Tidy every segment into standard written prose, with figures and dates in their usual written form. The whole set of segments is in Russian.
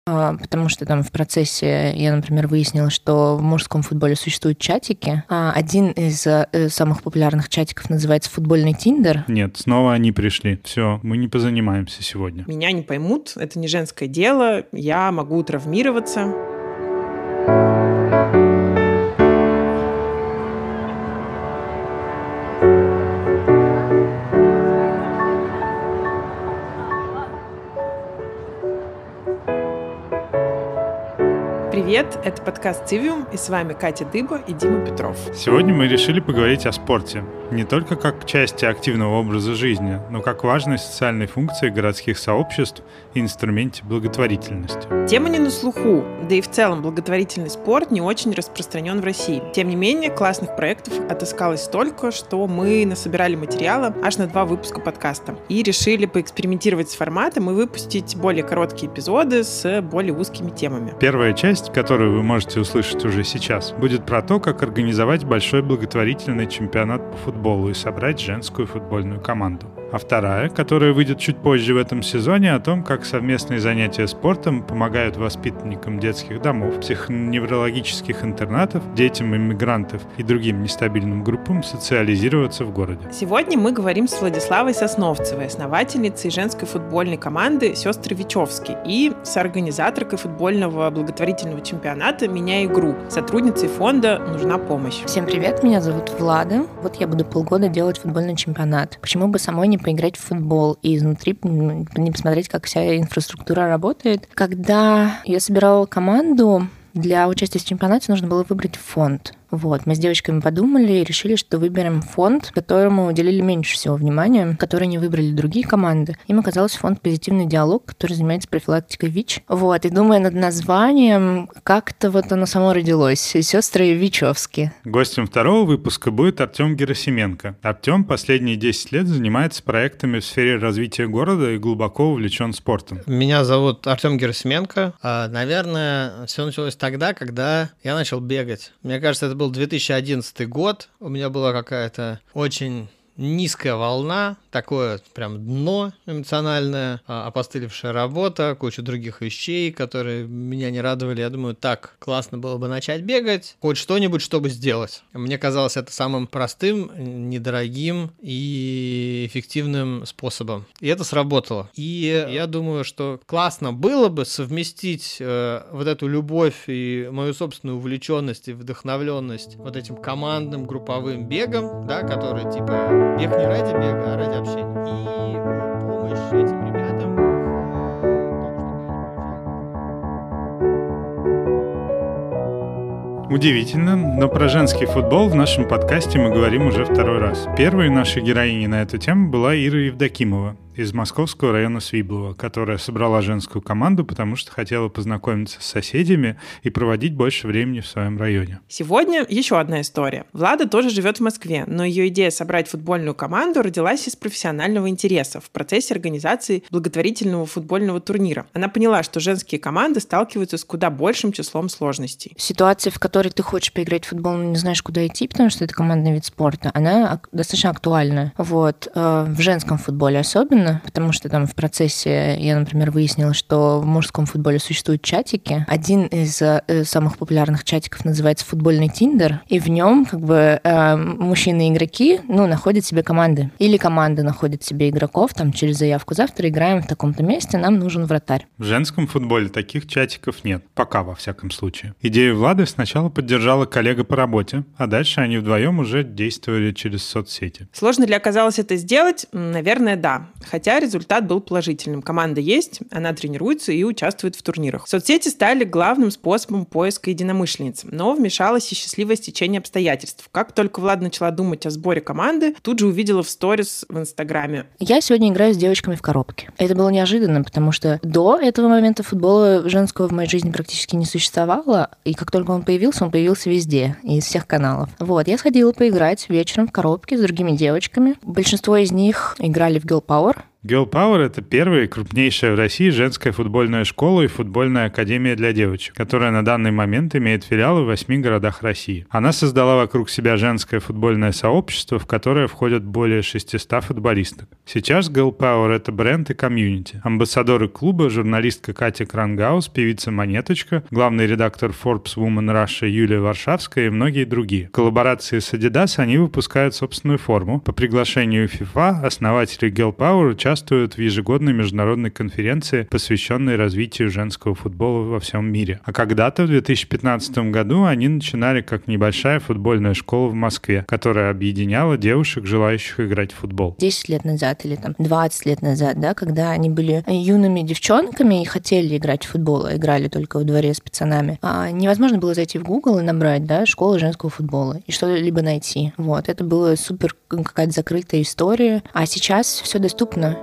Потому что там в процессе я, например, выяснила, что в мужском футболе существуют чатики. Один из самых популярных чатиков называется «Футбольный Тиндер». Нет, снова они пришли. Все, мы не позанимаемся сегодня. Меня не поймут, это не женское дело, я могу травмироваться. Привет, это подкаст «Цивиум», и с вами Катя Дыба и Дима Петров. Сегодня мы решили поговорить о спорте. Не только как части активного образа жизни, но как важной социальной функции городских сообществ и инструменте благотворительности. Тема не на слуху, да и в целом благотворительный спорт не очень распространен в России. Тем не менее, классных проектов отыскалось столько, что мы насобирали материала аж на 2 выпуска подкаста. И решили поэкспериментировать с форматом и выпустить более короткие эпизоды с более узкими темами. Первая часть, которую вы можете услышать уже сейчас, будет про то, как организовать большой благотворительный чемпионат по футболу и собрать женскую футбольную команду. А вторая, которая выйдет чуть позже в этом сезоне, о том, как совместные занятия спортом помогают воспитанникам детских домов, психоневрологических интернатов, детям иммигрантов и другим нестабильным группам социализироваться в городе. Сегодня мы говорим с Владиславой Сосновцевой, основательницей женской футбольной команды «Сестры Вичевски» и соорганизаторкой футбольного благотворительного чемпионата «Меняй игру», сотрудницей фонда «Нужна помощь». Всем привет, меня зовут Влада. Вот я буду полгода делать футбольный чемпионат. Почему бы самой не поиграть в футбол и изнутри не посмотреть, как вся инфраструктура работает? Когда я собирала команду, для участия в чемпионате нужно было выбрать фонд. Вот, мы с девочками подумали и решили, что выберем фонд, которому уделили меньше всего внимания, который не выбрали другие команды. Им оказался фонд «Позитивный диалог», который занимается профилактикой ВИЧ. Вот, и думая над названием, как-то вот оно само родилось. «Сестры Вичевски». Гостем второго выпуска будет Артем Герасименко. Артем последние 10 лет занимается проектами в сфере развития города и глубоко увлечен спортом. Меня зовут Артем Герасименко. Наверное, все началось тогда, когда я начал бегать. Мне кажется, это был 2011 год, у меня была какая-то очень низкая волна, такое прям дно эмоциональное, опостылевшая работа, куча других вещей, которые меня не радовали. Я думаю, так, классно было бы начать бегать, хоть что-нибудь, чтобы сделать. Мне казалось это самым простым, недорогим и эффективным способом. И это сработало. И я думаю, что классно было бы совместить вот эту любовь и мою собственную увлеченность и вдохновленность вот этим командным групповым бегом, да, который типа бег не ради бега, а ради общения. И помощь этим ребятам. Удивительно, но про женский футбол в нашем подкасте мы говорим уже второй раз. Первой нашей героиней на эту тему была Ира Евдокимова из московского района Свиблово, которая собрала женскую команду, потому что хотела познакомиться с соседями и проводить больше времени в своем районе. Сегодня еще одна история. Влада тоже живет в Москве, но ее идея собрать футбольную команду родилась из профессионального интереса в процессе организации благотворительного футбольного турнира. Она поняла, что женские команды сталкиваются с куда большим числом сложностей. Ситуация, в которой ты хочешь поиграть в футбол, но не знаешь, куда идти, потому что это командный вид спорта, она достаточно актуальна. Вот. В женском футболе особенно, потому что там в процессе я, например, выяснила, что в мужском футболе существуют чатики. Один из самых популярных чатиков называется «Футбольный Тиндер», и в нем как бы мужчины-игроки находят себе команды. Или команда находит себе игроков там через заявку: завтра играем в таком-то месте, нам нужен вратарь. В женском футболе таких чатиков нет. Пока, во всяком случае. Идею Влады сначала поддержала коллега по работе, а дальше они вдвоем уже действовали через соцсети. Сложно ли оказалось это сделать? Наверное, да. Хотя результат был положительным. Команда есть, она тренируется и участвует в турнирах. Соцсети стали главным способом поиска единомышленниц, но вмешалось и счастливое стечение обстоятельств. Как только Влада начала думать о сборе команды, тут же увидела в сторис в Инстаграме: я сегодня играю с девочками в коробке. Это было неожиданно, потому что до этого момента футбола женского в моей жизни практически не существовало, и как только он появился везде, из всех каналов. Вот, я сходила поиграть вечером в коробке с другими девочками. Большинство из них играли в Girl Power. Girl Power — это первая и крупнейшая в России женская футбольная школа и футбольная академия для девочек, которая на данный момент имеет филиалы в 8 городах России. Она создала вокруг себя женское футбольное сообщество, в которое входят более 600 футболисток. Сейчас Girl Power — это бренд и комьюнити. Амбассадоры клуба — журналистка Катя Крангаус, певица Монеточка, главный редактор Forbes Woman Russia Юлия Варшавская и многие другие. В коллаборации с Adidas они выпускают собственную форму. По приглашению FIFA основатели Girl Power участвуют в ежегодной международной конференции, посвященной развитию женского футбола во всем мире. А когда-то, в 2015 году, они начинали как небольшая футбольная школа в Москве, которая объединяла девушек, желающих играть в футбол. 10 лет назад или 20 лет назад, да, когда они были юными девчонками и хотели играть в футбол, а играли только во дворе с пацанами, невозможно было зайти в Google и набрать, да, школа женского футбола и что-либо найти. Вот, это было супер какая-то закрытая история, а сейчас все доступно.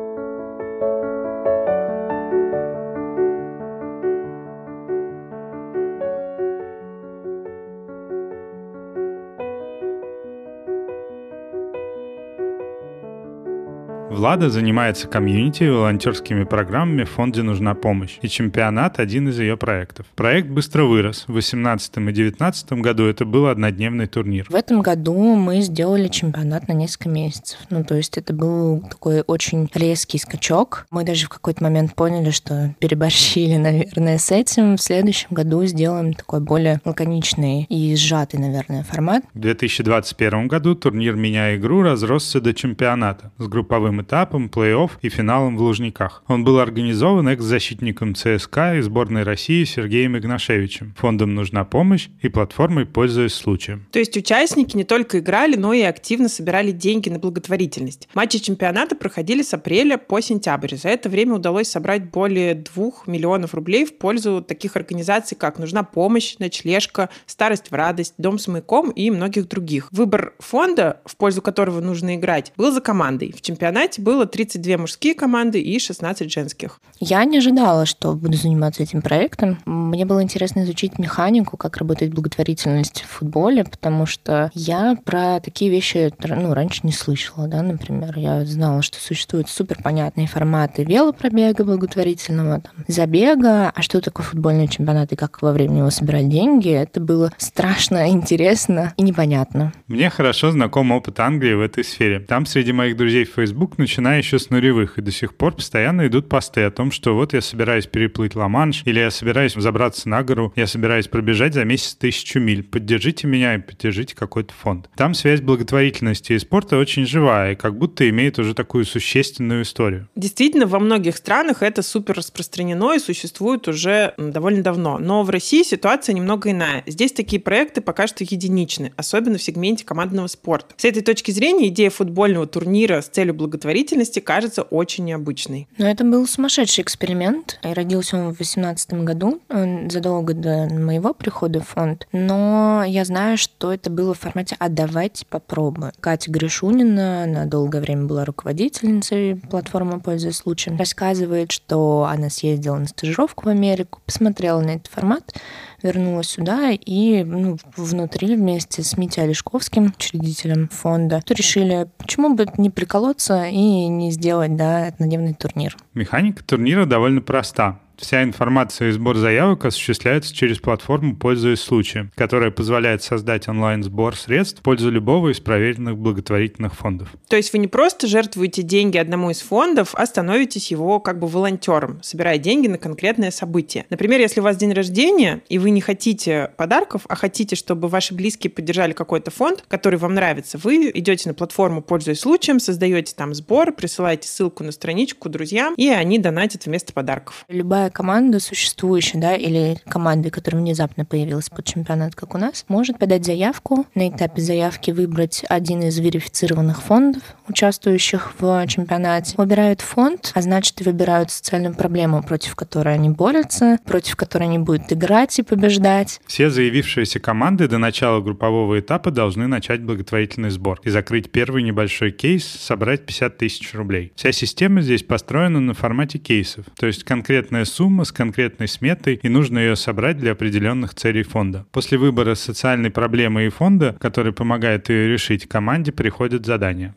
Влада занимается комьюнити и волонтерскими программами в фонде «Нужна помощь», и чемпионат — один из ее проектов. Проект быстро вырос. В 2018 и 2019 году это был однодневный турнир. В этом году мы сделали чемпионат на несколько месяцев. То есть это был такой очень резкий скачок. Мы даже в какой-то момент поняли, что переборщили, наверное, с этим. В следующем году сделаем такой более лаконичный и сжатый, наверное, формат. В 2021 году турнир «Меняй игру» разросся до чемпионата с групповым этапом, плей-офф и финалом в Лужниках. Он был организован экс-защитником ЦСКА и сборной России Сергеем Игнашевичем, фондом «Нужна помощь» и платформой «Пользуясь случаем». То есть участники не только играли, но и активно собирали деньги на благотворительность. Матчи чемпионата проходили с апреля по сентябрь. За это время удалось собрать более 2 миллионов рублей в пользу таких организаций, как «Нужна помощь», «Ночлежка», «Старость в радость», «Дом с маяком» и многих других. Выбор фонда, в пользу которого нужно играть, был за командой. В чемпионате было 32 мужские команды и 16 женских. Я не ожидала, что буду заниматься этим проектом. Мне было интересно изучить механику, как работает благотворительность в футболе, потому что я про такие вещи раньше не слышала. Да? Например, я знала, что существуют суперпонятные форматы велопробега благотворительного, забега, а что такое футбольный чемпионат и как во время него собирать деньги, это было страшно, интересно и непонятно. Мне хорошо знаком опыт Англии в этой сфере. Там среди моих друзей в Facebook, начиная еще с нулевых, и до сих пор постоянно идут посты о том, что вот я собираюсь переплыть Ла-Манш, или я собираюсь забраться на гору, я собираюсь пробежать за месяц 1000 миль. Поддержите меня и поддержите какой-то фонд. Там связь благотворительности и спорта очень живая, и как будто имеет уже такую существенную историю. Действительно, во многих странах это супер распространено и существует уже довольно давно. Но в России ситуация немного иная. Здесь такие проекты пока что единичны, особенно в сегменте командного спорта. С этой точки зрения идея футбольного турнира с целью благотворительности кажется очень необычной. Но это был сумасшедший эксперимент. И родился он в 2018 году, задолго до моего прихода в фонд. Но я знаю, что это было в формате «а давайте попробуем». Катя Гришунина, она долгое время была руководительницей платформы «Пользуясь случаем», рассказывает, что она съездила на стажировку в Америку, посмотрела на этот формат, вернулась сюда и внутри вместе с Митей Олешковским, учредителем фонда, решили, почему бы не приколоться и не сделать однодневный турнир. Механика турнира довольно проста. Вся информация и сбор заявок осуществляется через платформу «Пользуясь случаем», которая позволяет создать онлайн-сбор средств в пользу любого из проверенных благотворительных фондов. То есть вы не просто жертвуете деньги одному из фондов, а становитесь его волонтером, собирая деньги на конкретное событие. Например, если у вас день рождения, и вы не хотите подарков, а хотите, чтобы ваши близкие поддержали какой-то фонд, который вам нравится, вы идете на платформу «Пользуясь случаем», создаете там сбор, присылаете ссылку на страничку друзьям, и они донатят вместо подарков. Любая команда существующая, или команда, которая внезапно появилась под чемпионат, как у нас, может подать заявку, на этапе заявки выбрать один из верифицированных фондов, участвующих в чемпионате, выбирают фонд, а значит, и выбирают социальную проблему, против которой они борются, против которой они будут играть и побеждать. Все заявившиеся команды до начала группового этапа должны начать благотворительный сбор и закрыть первый небольшой кейс, собрать 50 тысяч рублей. Вся система здесь построена на формате кейсов, то есть конкретная сумма с конкретной сметой, и нужно ее собрать для определенных целей фонда. После выбора социальной проблемы и фонда, который помогает ее решить, команде приходят задания. Например,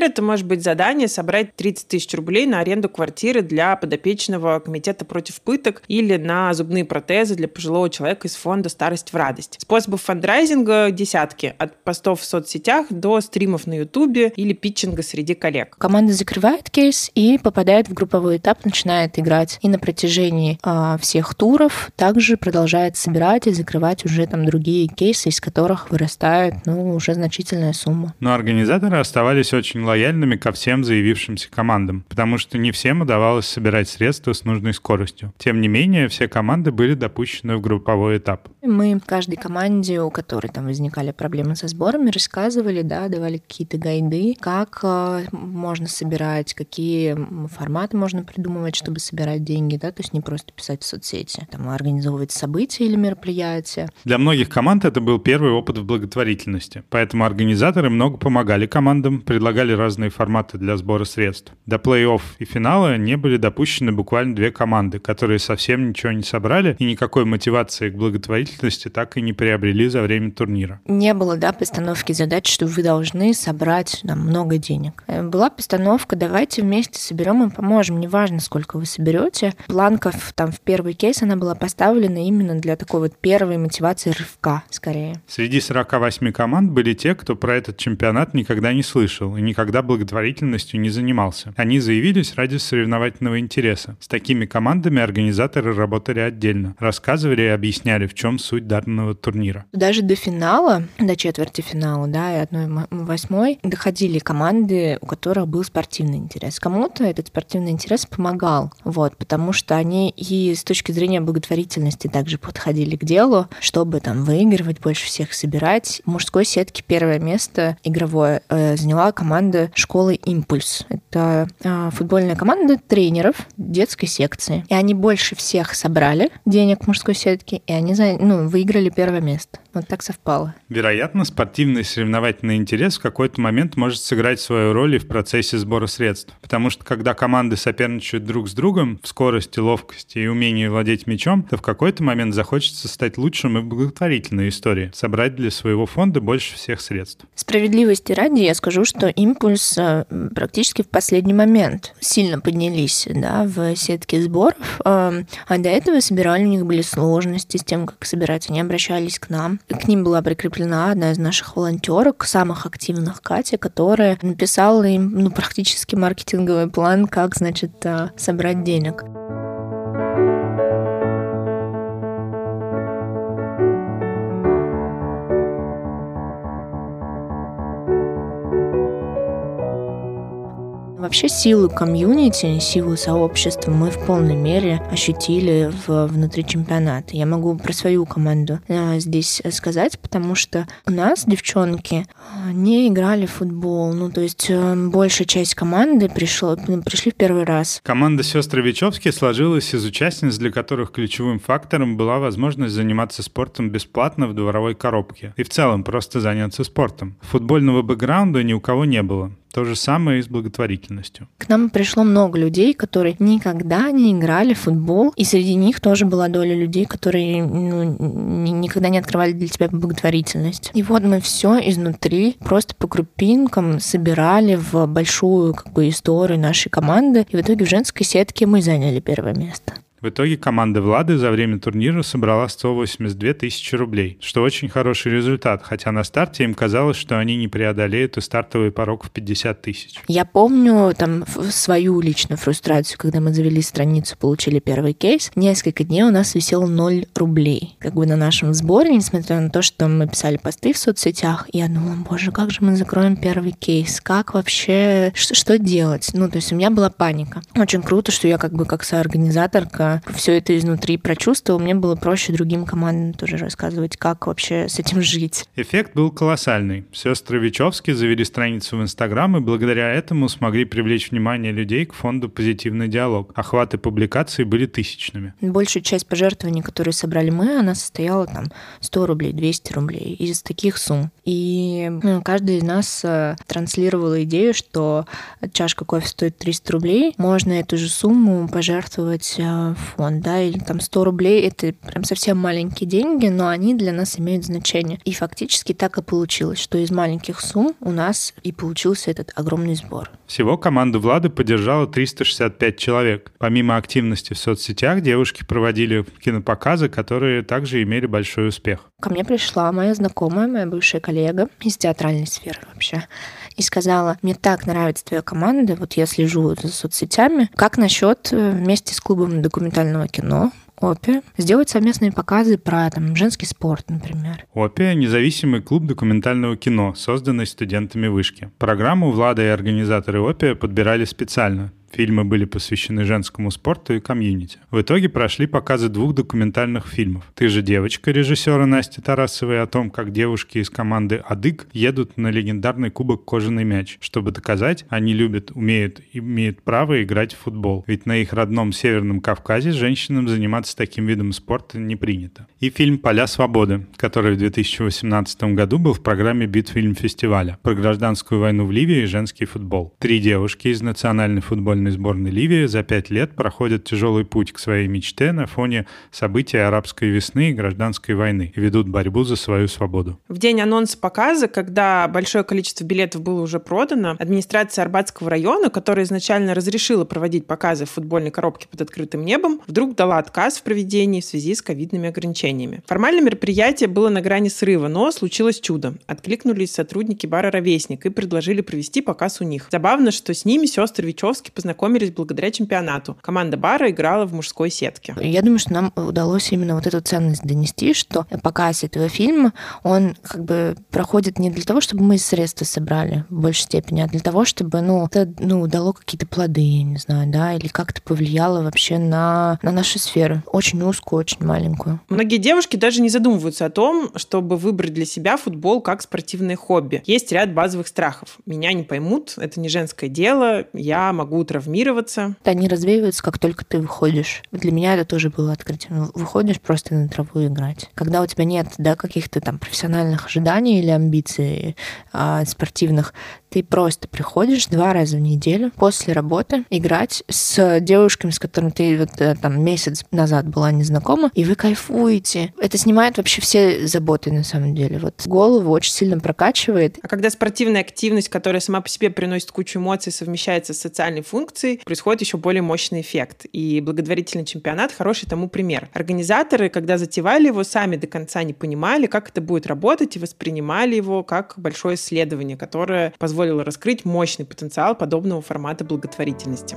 Например, это может быть задание собрать 30 тысяч рублей на аренду квартиры для подопечного комитета против пыток или на зубные протезы для пожилого человека из фонда «Старость в радость». Способов фандрайзинга десятки, от постов в соцсетях до стримов на Ютубе или питчинга среди коллег. Команда закрывает кейс и попадает в групповой этап, начинает играть. И на протяжении всех туров также продолжает собирать и закрывать уже там другие кейсы, из которых вырастает уже значительная сумма. Но организаторы оставались очень лояльными ко всем заявившимся командам, потому что не всем удавалось собирать средства с нужной скоростью. Тем не менее, все команды были допущены в групповой этап. Мы каждой команде, у которой там возникали проблемы со сборами, рассказывали, давали какие-то гайды, как можно собирать, какие форматы можно придумывать, чтобы собирать деньги, то есть не просто писать в соцсети, организовывать события или мероприятия. Для многих команд это был первый опыт в благотворительности, поэтому организаторы много помогали командам, предлагали разные форматы для сбора средств. До плей-офф и финала не были допущены буквально 2 команды, которые совсем ничего не собрали и никакой мотивации к благотворительности так и не приобрели за время турнира. Не было, постановки задач, что вы должны собрать много денег. Была постановка: давайте вместе соберем и поможем, неважно, сколько вы соберете. Планка в первый кейс, она была поставлена именно для такой первой мотивации рывка, скорее. Среди 48 команд были те, кто про этот чемпионат никогда не слышал и никогда благотворительностью не занимался. Они заявились ради соревновательного интереса. С такими командами организаторы работали отдельно, рассказывали и объясняли, в чем суть данного турнира. Даже до финала, до четвертьфинала, и 1/8 доходили команды, у которых был спортивный интерес. Кому-то этот спортивный интерес помогал, потому что они и с точки зрения благотворительности также подходили к делу, чтобы выигрывать, больше всех собирать. В мужской сетке первое место игровое заняла команда школы «Импульс». Это футбольная команда тренеров детской секции. И они больше всех собрали денег в мужской сетке, и они выиграли первое место. Так совпало. Вероятно, спортивный соревновательный интерес в какой-то момент может сыграть свою роль и в процессе сбора средств. Потому что когда команды соперничают друг с другом в скорости, ловкости и умении владеть мячом, то в какой-то момент захочется стать лучшим и в благотворительной истории, собрать для своего фонда больше всех средств. Справедливости ради я скажу, что «Импульс» практически в последний момент сильно поднялись в сетке сборов, а до этого собирали, у них были сложности с тем, как собирать, они обращались к нам. К ним была прикреплена одна из наших волонтерок, самых активных, Катя, которая написала им практически маркетинговый план, как, собрать денег. Вообще силу комьюнити, силу сообщества мы в полной мере ощутили внутри чемпионата. Я могу про свою команду здесь сказать, потому что у нас девчонки не играли в футбол. То есть большая часть команды пришли в первый раз. Команда «Сестры Вечевские» сложилась из участниц, для которых ключевым фактором была возможность заниматься спортом бесплатно в дворовой коробке. И в целом просто заняться спортом. Футбольного бэкграунда ни у кого не было. То же самое и с благотворительностью. К нам пришло много людей, которые никогда не играли в футбол, и среди них тоже была доля людей, которые никогда не открывали для тебя благотворительность. И мы все изнутри просто по крупинкам собирали в большую историю нашей команды, и в итоге в женской сетке мы заняли первое место. В итоге команда Влады за время турнира собрала 182 тысячи рублей, что очень хороший результат, хотя на старте им казалось, что они не преодолеют и стартовый порог в 50 тысяч. Я помню свою личную фрустрацию, когда мы завели страницу, получили первый кейс. Несколько дней у нас висело 0 рублей. На нашем сборе, несмотря на то, что мы писали посты в соцсетях, я думала, боже, как же мы закроем первый кейс? Как вообще, что делать? То есть у меня была паника. Очень круто, что я как соорганизаторка все это изнутри прочувствовала, мне было проще другим командам тоже рассказывать, как вообще с этим жить. Эффект был колоссальный. Сестры Вечевские завели страницу в Инстаграм и благодаря этому смогли привлечь внимание людей к фонду «Позитивный диалог». Охваты публикаций были тысячными. Большая часть пожертвований, которые собрали мы, она состояла 100 рублей, 200 рублей из таких сумм. И каждый из нас транслировал идею, что чашка кофе стоит 300 рублей, можно эту же сумму пожертвовать в фонд, да, или там 100 рублей, это прям совсем маленькие деньги, но они для нас имеют значение. И фактически так и получилось, что из маленьких сумм у нас и получился этот огромный сбор. Всего команду Влады поддержало 365 человек. Помимо активности в соцсетях, девушки проводили кинопоказы, которые также имели большой успех. Ко мне пришла моя знакомая, моя бывшая коллега из театральной сферы вообще, и сказала: мне так нравится твоя команда, вот я слежу за соцсетями, как насчет вместе с клубом документального кино ОПИ сделать совместные показы про женский спорт, например. ОПИ — независимый клуб документального кино, созданный студентами вышки. Программу Влада и организаторы ОПИ подбирали специально. Фильмы были посвящены женскому спорту и комьюнити. В итоге прошли показы 2 документальных фильмов. «Ты же девочка» режиссера Насти Тарасовой о том, как девушки из команды «Адык» едут на легендарный кубок «Кожаный мяч», чтобы доказать, они любят, умеют и имеют право играть в футбол. Ведь на их родном Северном Кавказе женщинам заниматься таким видом спорта не принято. И фильм «Поля свободы», который в 2018 году был в программе Битфильм-фестиваля про гражданскую войну в Ливии и женский футбол. 3 девушки из национальной футбольной сборной Ливии за 5 лет проходят тяжелый путь к своей мечте на фоне событий арабской весны и гражданской войны и ведут борьбу за свою свободу. В день анонса показа, когда большое количество билетов было уже продано, администрация Арбатского района, которая изначально разрешила проводить показы в футбольной коробке под открытым небом, вдруг дала отказ в проведении в связи с ковидными ограничениями. Формально мероприятие было на грани срыва, но случилось чудо. Откликнулись сотрудники бара «Ровесник» и предложили провести показ у них. Забавно, что с ними сестры Вичевски познакомились благодаря чемпионату. Команда бара играла в мужской сетке. Я думаю, что нам удалось именно вот эту ценность донести, что показ этого фильма, он проходит не для того, чтобы мы средства собрали в большей степени, а для того, чтобы, это дало какие-то плоды, я не знаю, да, или как-то повлияло вообще на нашу сферу. Очень узкую, очень маленькую. Многие девушки даже не задумываются о том, чтобы выбрать для себя футбол как спортивное хобби. Есть ряд базовых страхов. Меня не поймут, это не женское дело, я могу травмироваться. Они развеиваются, как только ты выходишь. Для меня это тоже было открытием. Выходишь просто на траву играть. Когда у тебя нет, каких-то профессиональных ожиданий или амбиций спортивных, ты просто приходишь 2 раза в неделю после работы играть с девушками, с которыми ты месяц назад была незнакома, и вы кайфуете. Это снимает вообще все заботы на самом деле. Голову очень сильно прокачивает. А когда спортивная активность, которая сама по себе приносит кучу эмоций, совмещается с социальной функцией, происходит еще более мощный эффект. И благотворительный чемпионат — хороший тому пример. Организаторы, когда затевали его, сами до конца не понимали, как это будет работать, и воспринимали его как большое исследование, которое позволило раскрыть мощный потенциал подобного формата благотворительности.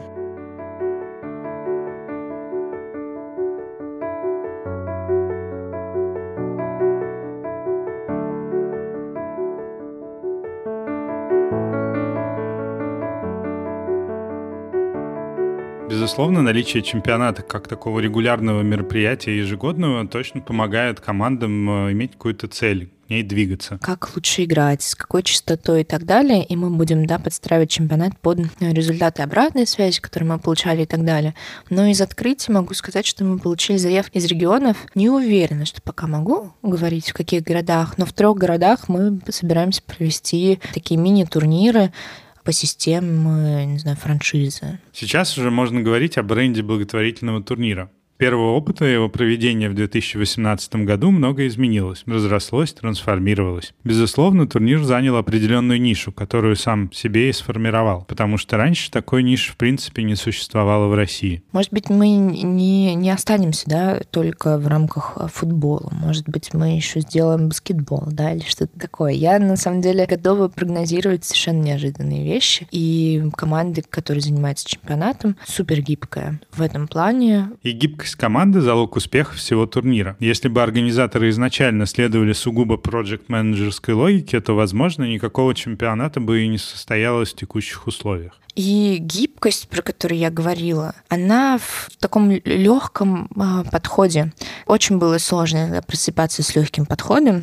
Безусловно, наличие чемпионата как такого регулярного мероприятия ежегодного точно помогает командам иметь какую-то цель, к ней двигаться. Как лучше играть, с какой частотой и так далее. И мы будем подстраивать чемпионат под результаты обратной связи, которые мы получали и так далее. Но из открытия могу сказать, что мы получили заявки из регионов. Не уверена, что пока могу говорить, в каких городах, но в 3 городах мы собираемся провести такие мини-турниры по системе, не знаю, франшизы. Сейчас уже можно говорить о бренде благотворительного турнира. Первого опыта его проведения в 2018 году многое изменилось, разрослось, трансформировалось. Безусловно, турнир занял определенную нишу, которую сам себе и сформировал, потому что раньше такой ниши в принципе не существовало в России. Может быть, мы не останемся, только в рамках футбола. Может быть, мы еще сделаем баскетбол, или что-то такое. Я, на самом деле, готова прогнозировать совершенно неожиданные вещи. И команда, которая занимается чемпионатом, супер гибкая в этом плане. И гибкость команды — залог успеха всего турнира. Если бы организаторы изначально следовали сугубо проект-менеджерской логике, то, возможно, никакого чемпионата бы и не состоялось в текущих условиях. И гибкость, про которую я говорила, она в таком легком подходе. Очень было сложно просыпаться с легким подходом,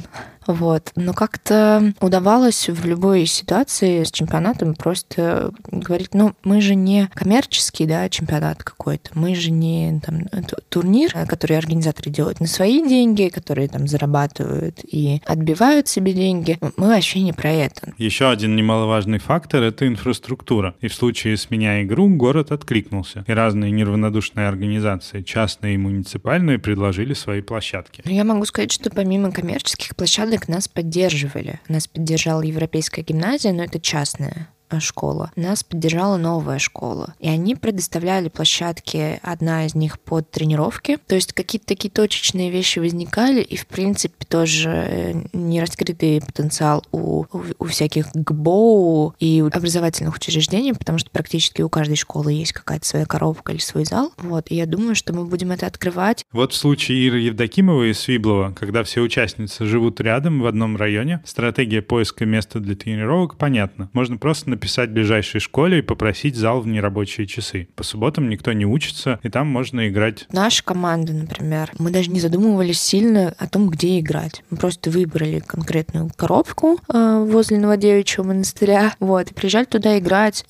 Вот. Но как-то удавалось в любой ситуации с чемпионатом просто говорить, мы же не коммерческий, да, чемпионат какой-то, мы же не там, турнир, который организаторы делают на свои деньги, которые там зарабатывают и отбивают себе деньги. Мы вообще не про это. Еще один немаловажный фактор — это инфраструктура. И в случае с «Меня игру» город откликнулся. И разные неравнодушные организации, частные и муниципальные, предложили свои площадки. Я могу сказать, что помимо коммерческих площадок нас поддерживали. Нас поддержала Европейская гимназия, но это частная школа. Нас поддержала новая школа. И они предоставляли площадки, одна из них под тренировки. То есть какие-то такие точечные вещи возникали, и, в принципе, тоже нераскрытый потенциал у всяких ГБОУ и образовательных учреждений, потому что практически у каждой школы есть какая-то своя коробка или свой зал. Вот. И я думаю, что мы будем это открывать. Вот в случае Иры Евдокимовой из Свиблова, когда все участницы живут рядом в одном районе, стратегия поиска места для тренировок понятна. Можно просто написать ближайшей школе и попросить зал в нерабочие часы. По субботам никто не учится, и там можно играть. Наша команда, например, мы даже не задумывались сильно о том, где играть. Мы просто выбрали конкретную коробку возле Новодевичьего монастыря, вот, и приезжали туда играть.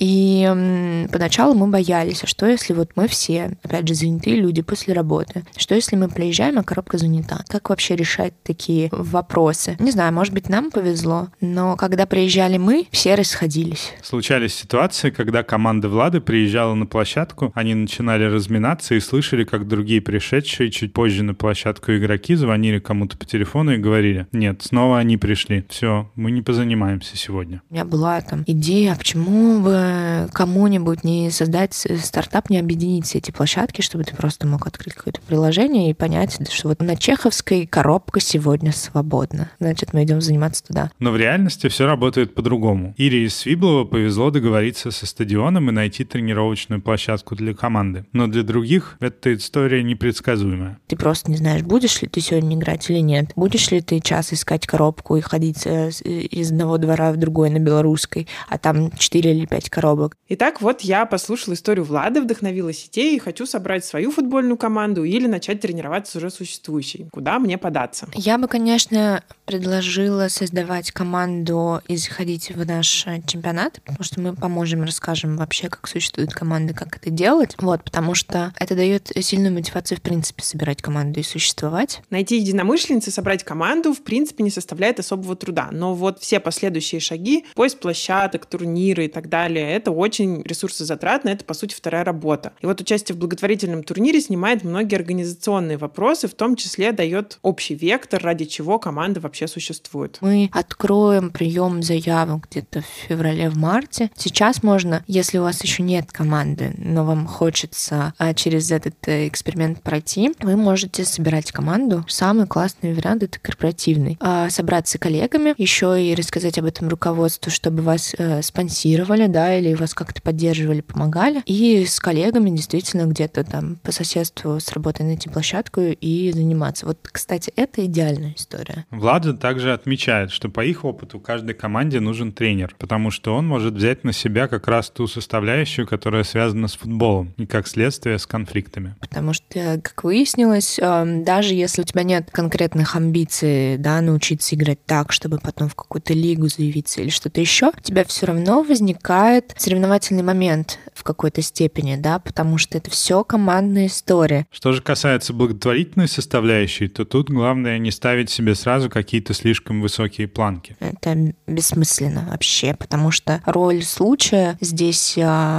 И поначалу мы боялись, а что если вот мы все, опять же, занятые люди после работы? Что если мы приезжаем, а коробка занята? Как вообще решать такие вопросы? Не знаю, может быть, нам повезло, но когда приезжали мы, все расходились. Случались ситуации, когда команда Влады приезжала на площадку, они начинали разминаться и слышали, как другие пришедшие чуть позже на площадку игроки звонили кому-то по телефону и говорили: нет, снова они пришли, все, мы не позанимаемся сегодня. У меня была там идея, а почему бы кому-нибудь не создать стартап, не объединить все эти площадки, чтобы ты просто мог открыть какое-то приложение и понять, что вот на Чеховской коробка сегодня свободна, значит, мы идем заниматься туда. Но в реальности все работает по-другому. Ире из Свиблова повезло договориться со стадионом и найти тренировочную площадку для команды. Но для других эта история непредсказуемая. Ты просто не знаешь, будешь ли ты сегодня играть или нет. Будешь ли ты час искать коробку и ходить из одного двора в другой на Белорусской, а там 4 или 5 коробок. Итак, вот я послушала историю Влады, вдохновилась идеей и хочу собрать свою футбольную команду или начать тренироваться с уже существующей. Куда мне податься? Я бы, конечно, предложила создавать команду и заходить в наш чемпионат, потому что мы поможем, расскажем вообще, как существуют команды, как это делать. Вот, потому что это дает сильную мотивацию, в принципе, собирать команду и существовать. Найти единомышленниц и собрать команду, в принципе, не составляет особого труда. Но вот все последующие шаги, поиск площадок, турниры и так далее, это очень ресурсозатратно, это, по сути, вторая работа. И вот участие в благотворительном турнире снимает многие организационные вопросы, в том числе дает общий вектор, ради чего команда вообще существует. Мы откроем прием заявок где-то в феврале, в марте. Сейчас можно, если у вас еще нет команды, но вам хочется через этот эксперимент пройти, вы можете собирать команду. Самый классный вариант — это корпоративный. Собраться с коллегами, еще и рассказать об этом руководству, чтобы вас спонсировали, да, или вас как-то поддерживали, помогали. И с коллегами действительно где-то там по соседству с работой найти площадку и заниматься. Вот, кстати, это идеальная история. Влада также отмечает, что по их опыту каждой команде нужен тренер, потому что он может взять на себя как раз ту составляющую, которая связана с футболом, и как следствие с конфликтами. Потому что, как выяснилось, даже если у тебя нет конкретных амбиций, да, научиться играть так, чтобы потом в какую-то лигу заявиться или что-то еще, у тебя все равно возникает соревновательный момент в какой-то степени, да, потому что это все командная история. Что же касается благотворительной составляющей, то тут главное не ставить себе сразу какие-то слишком высокие планки. Это бессмысленно вообще, потому что роль случая здесь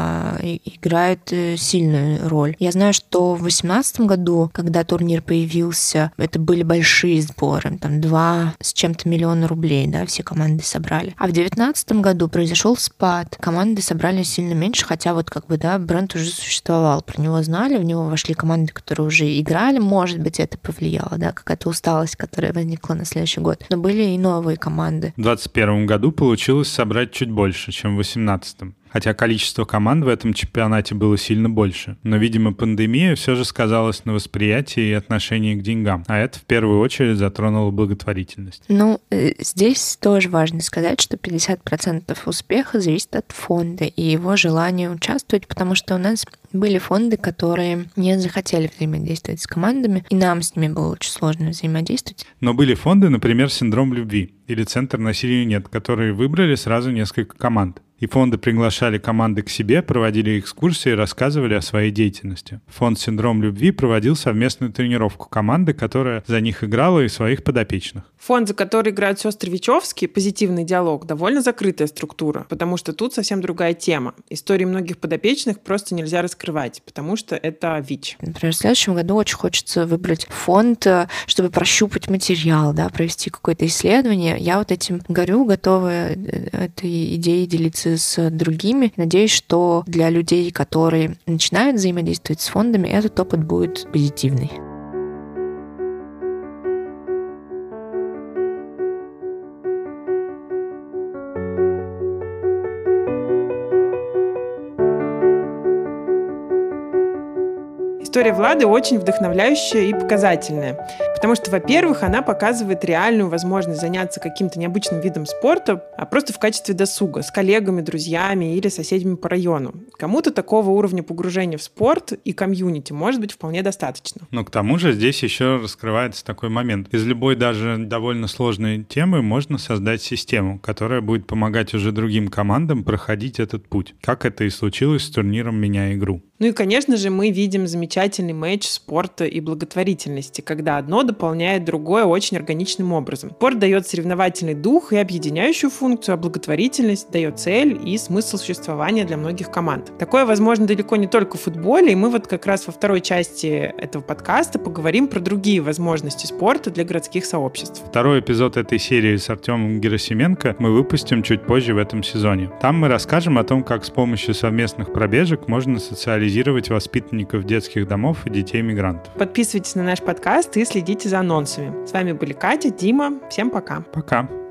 играет сильную роль. Я знаю, что в 2018 году, когда турнир появился, это были большие сборы, там 2 с чем-то миллиона рублей, да, все команды собрали. А в 2019 году произошел спад. Команды собрали сильно меньше, хотя вот как бы, да, бренд уже существовал, про него знали, в него вошли команды, которые уже играли, может быть, это повлияло, да, какая-то усталость, которая возникла на следующий год. Но были и новые команды. В 2021 году получилось собрать чуть больше, чем в 2018. Хотя количество команд в этом чемпионате было сильно больше. Но, видимо, пандемия все же сказалась на восприятии и отношении к деньгам. А это в первую очередь затронуло благотворительность. Ну, здесь тоже важно сказать, что 50% успеха зависит от фонда и его желания участвовать, потому что у нас Были фонды, которые не захотели взаимодействовать с командами, и нам с ними было очень сложно взаимодействовать. Но были фонды, например, «Синдром любви» или «Центр насилию нет», которые выбрали сразу несколько команд. И фонды приглашали команды к себе, проводили экскурсии и рассказывали о своей деятельности. Фонд «Синдром любви» проводил совместную тренировку команды, которая за них играла, и своих подопечных. Фонд, за который играют сестры Вичевски, «Позитивный диалог», довольно закрытая структура, потому что тут совсем другая тема. Истории многих подопечных просто нельзя раскрывать, потому что это ВИЧ. Например, в следующем году очень хочется выбрать фонд, чтобы прощупать материал, провести какое-то исследование. Я вот этим горю, готова этой идеей делиться с другими. Надеюсь, что для людей, которые начинают взаимодействовать с фондами, этот опыт будет позитивный. История Влады очень вдохновляющая и показательная, потому что, во-первых, она показывает реальную возможность заняться каким-то необычным видом спорта, а просто в качестве досуга, с коллегами, друзьями или соседями по району. Кому-то такого уровня погружения в спорт и комьюнити может быть вполне достаточно. Но к тому же здесь еще раскрывается такой момент. Из любой даже довольно сложной темы можно создать систему, которая будет помогать уже другим командам проходить этот путь, как это и случилось с турниром «Меняй игру». Ну и, конечно же, мы видим замечательный матч спорта и благотворительности, когда одно дополняет другое очень органичным образом. Спорт дает соревновательный дух и объединяющую функцию, а благотворительность дает цель и смысл существования для многих команд. Такое возможно далеко не только в футболе, и мы вот как раз во второй части этого подкаста поговорим про другие возможности спорта для городских сообществ. Второй эпизод этой серии с Артемом Герасименко мы выпустим чуть позже в этом сезоне. Там мы расскажем о том, как с помощью совместных пробежек можно социализировать воспитанников детских домов и детей-мигрантов. Подписывайтесь на наш подкаст и следите за анонсами. С вами были Катя, Дима. Всем пока. Пока.